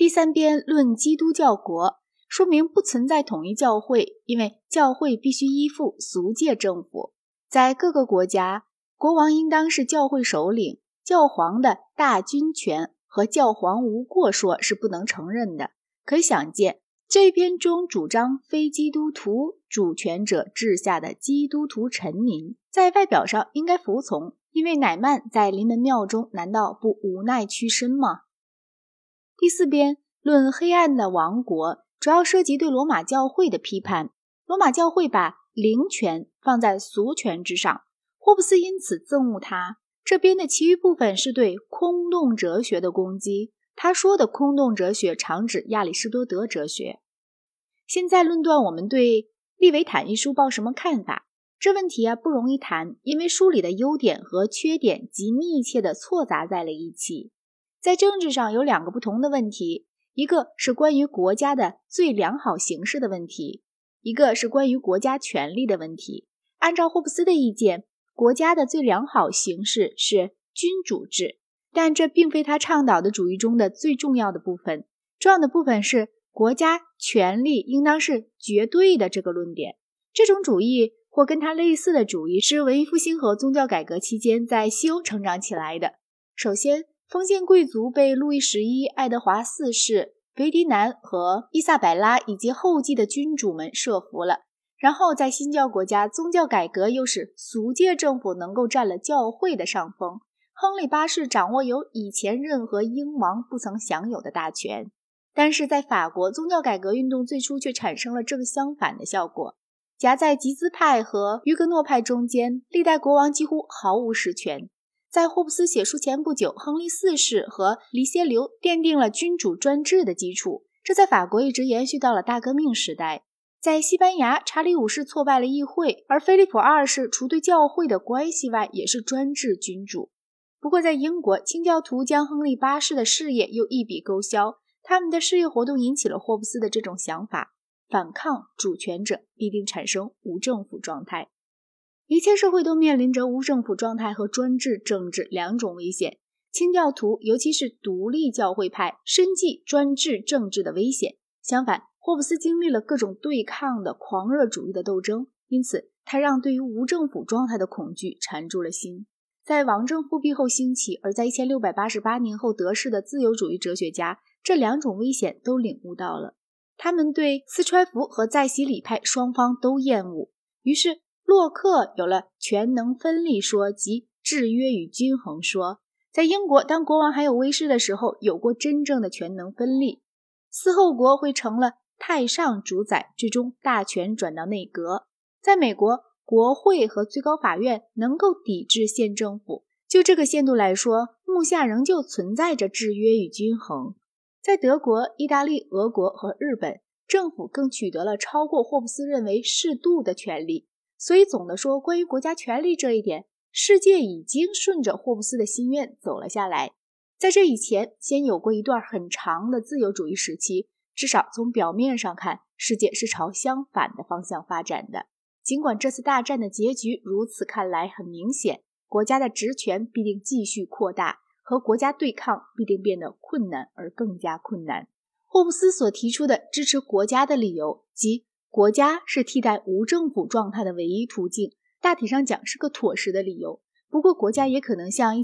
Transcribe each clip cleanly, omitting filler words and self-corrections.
第3编论基督教国，说明不存在统一教会，因为教会必须依附俗界政府。在各个国家，国王应当是教会首领，教皇的大军权和教皇无过说是不能承认的。可以想见，这一篇中主张非基督徒主权者治下的基督徒臣民，在外表上应该服从，因为乃曼在临门庙中难道不无奈屈身吗？第4编论黑暗的王国，主要涉及对罗马教会的批判。罗马教会把灵权放在俗权之上，霍布斯因此憎恶他。这边的其余部分是对空洞哲学的攻击，他说的空洞哲学常指亚里士多德哲学。现在论断我们对利维坦一书抱什么看法，这问题不容易谈，因为书里的优点和缺点极密切地错杂在了一起。在政治上有2个不同的问题，一个是关于国家的最良好形式的问题，一个是关于国家权力的问题。按照霍布斯的意见，国家的最良好形式是君主制，但这并非他倡导的主义中的最重要的部分。重要的部分是国家权力应当是绝对的这个论点。这种主义或跟他类似的主义是文艺复兴和宗教改革期间在西欧成长起来的。首先，封建贵族被路易11、爱德华4世、斐迪南和伊萨百拉以及后继的君主们设服了。然后在新教国家，宗教改革又使俗界政府能够占了教会的上风。亨利8世掌握有以前任何英王不曾享有的大权。但是在法国，宗教改革运动最初却产生了正相反的效果。夹在吉兹派和于格诺派中间，历代国王几乎毫无实权。在霍布斯写书前不久，亨利4世和黎歇留奠定了君主专制的基础，这在法国一直延续到了大革命时代。在西班牙，查理5世挫败了议会，而菲利普2世除对教会的关系外也是专制君主。不过在英国，清教徒将亨利8世的事业又一笔勾销，他们的事业活动引起了霍布斯的这种想法：反抗主权者必定产生无政府状态。一切社会都面临着无政府状态和专制政治2种危险。清教徒，尤其是独立教会派，深记专制政治的危险。相反，霍布斯经历了各种对抗的狂热主义的斗争，因此他让对于无政府状态的恐惧缠住了心。在王政复辟后兴起，而在1688年后得势的自由主义哲学家，这2种危险都领悟到了。他们对斯揣夫和在洗礼派双方都厌恶，于是洛克有了权能分立说及制约与均衡说。在英国，当国王还有威势的时候，有过真正的权能分立。嗣后国会成了太上主宰，最终大权转到内阁。在美国，国会和最高法院能够抵制县政府。就这个限度来说，目下仍旧存在着制约与均衡。在德国、意大利、俄国和日本，政府更取得了超过霍布斯认为适度的权利。所以总的说，关于国家权力这一点，世界已经顺着霍布斯的心愿走了下来。在这以前，先有过一段很长的自由主义时期，至少从表面上看，世界是朝相反的方向发展的。尽管这次大战的结局如此看来很明显，国家的职权必定继续扩大，和国家对抗必定变得困难而更加困难。霍布斯所提出的支持国家的理由，即国家是替代无政府状态的唯一途径，大体上讲是个妥实的理由。不过国家也可能像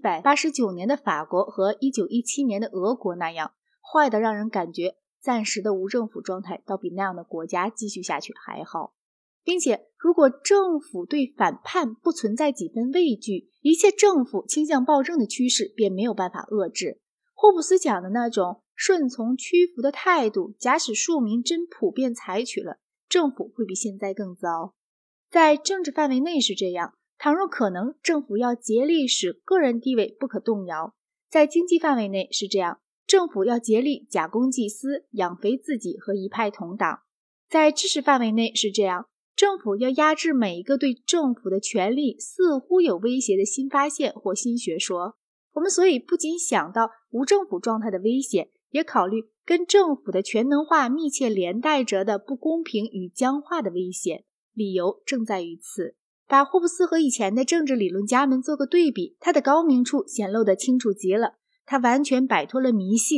1789年的法国和1917年的俄国那样，坏得让人感觉暂时的无政府状态倒比那样的国家继续下去还好。并且如果政府对反叛不存在几分畏惧，一切政府倾向暴政的趋势便没有办法遏制。霍布斯讲的那种顺从屈服的态度，假使庶民真普遍采取了，政府会比现在更糟。在政治范围内是这样，倘若可能，政府要竭力使个人地位不可动摇。在经济范围内是这样，政府要竭力假公济私，养肥自己和一派同党。在知识范围内是这样，政府要压制每一个对政府的权力似乎有威胁的新发现或新学说。我们所以不仅想到无政府状态的危险，也考虑跟政府的全能化密切连带着的不公平与僵化的危险。理由正在于此。把霍布斯和以前的政治理论家们做个对比，他的高明处显露得清楚极了。他完全摆脱了迷信，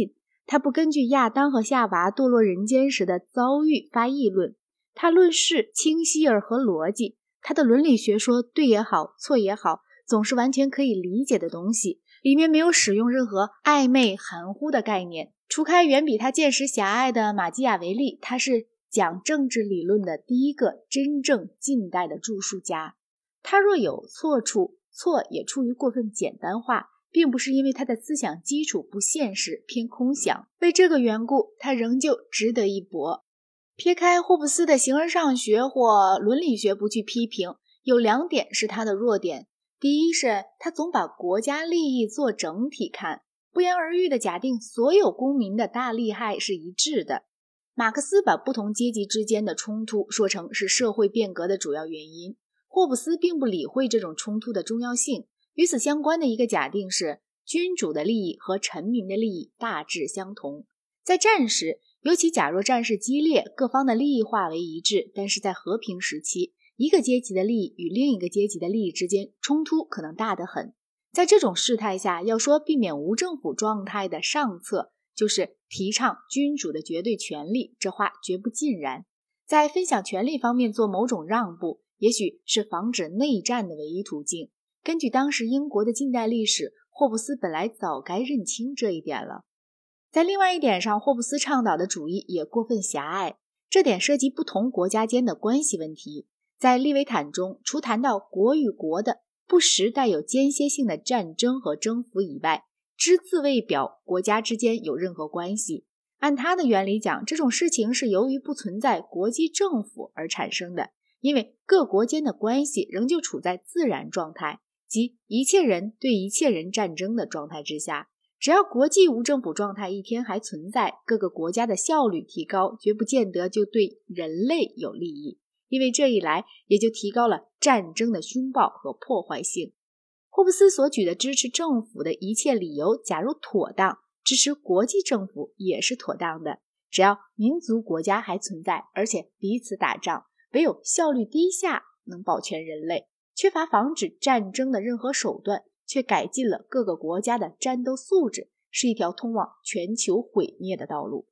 他不根据亚当和夏娃堕落人间时的遭遇发议论，他论事清晰而合逻辑，他的伦理学说对也好，错也好，总是完全可以理解的东西，里面没有使用任何暧昧含糊的概念。除开远比他见识狭隘的马基雅维利，他是讲政治理论的第一个真正近代的著述家。他若有错处，错也出于过分简单化，并不是因为他的思想基础不现实，偏空想。为这个缘故，他仍旧值得一驳。撇开霍布斯的形而上学或伦理学不去批评，有2点是他的弱点。第一是他总把国家利益做整体看，不言而喻地假定所有公民的大利害是一致的。马克思把不同阶级之间的冲突说成是社会变革的主要原因，霍布斯并不理会这种冲突的重要性。与此相关的一个假定是，君主的利益和臣民的利益大致相同。在战时，尤其假若战事激烈，各方的利益化为一致，但是在和平时期，一个阶级的利益与另一个阶级的利益之间冲突可能大得很。在这种事态下，要说避免无政府状态的上策，就是提倡君主的绝对权力，这话绝不尽然。在分享权力方面做某种让步，也许是防止内战的唯一途径。根据当时英国的近代历史，霍布斯本来早该认清这一点了。在另外一点上，霍布斯倡导的主义也过分狭隘，这点涉及不同国家间的关系问题。在利维坦中，除谈到国与国的不时带有间歇性的战争和征服以外，只字未表国家之间有任何关系。按他的原理讲，这种事情是由于不存在国际政府而产生的，因为各国间的关系仍旧处在自然状态，即一切人对一切人战争的状态之下。只要国际无政府状态一天还存在，各个国家的效率提高，绝不见得就对人类有利益，因为这一来也就提高了战争的凶暴和破坏性。霍布斯所举的支持政府的一切理由，假如妥当，支持国际政府也是妥当的。只要民族国家还存在，而且彼此打仗，唯有效率低下能保全人类，缺乏防止战争的任何手段，却改进了各个国家的战斗素质，是一条通往全球毁灭的道路。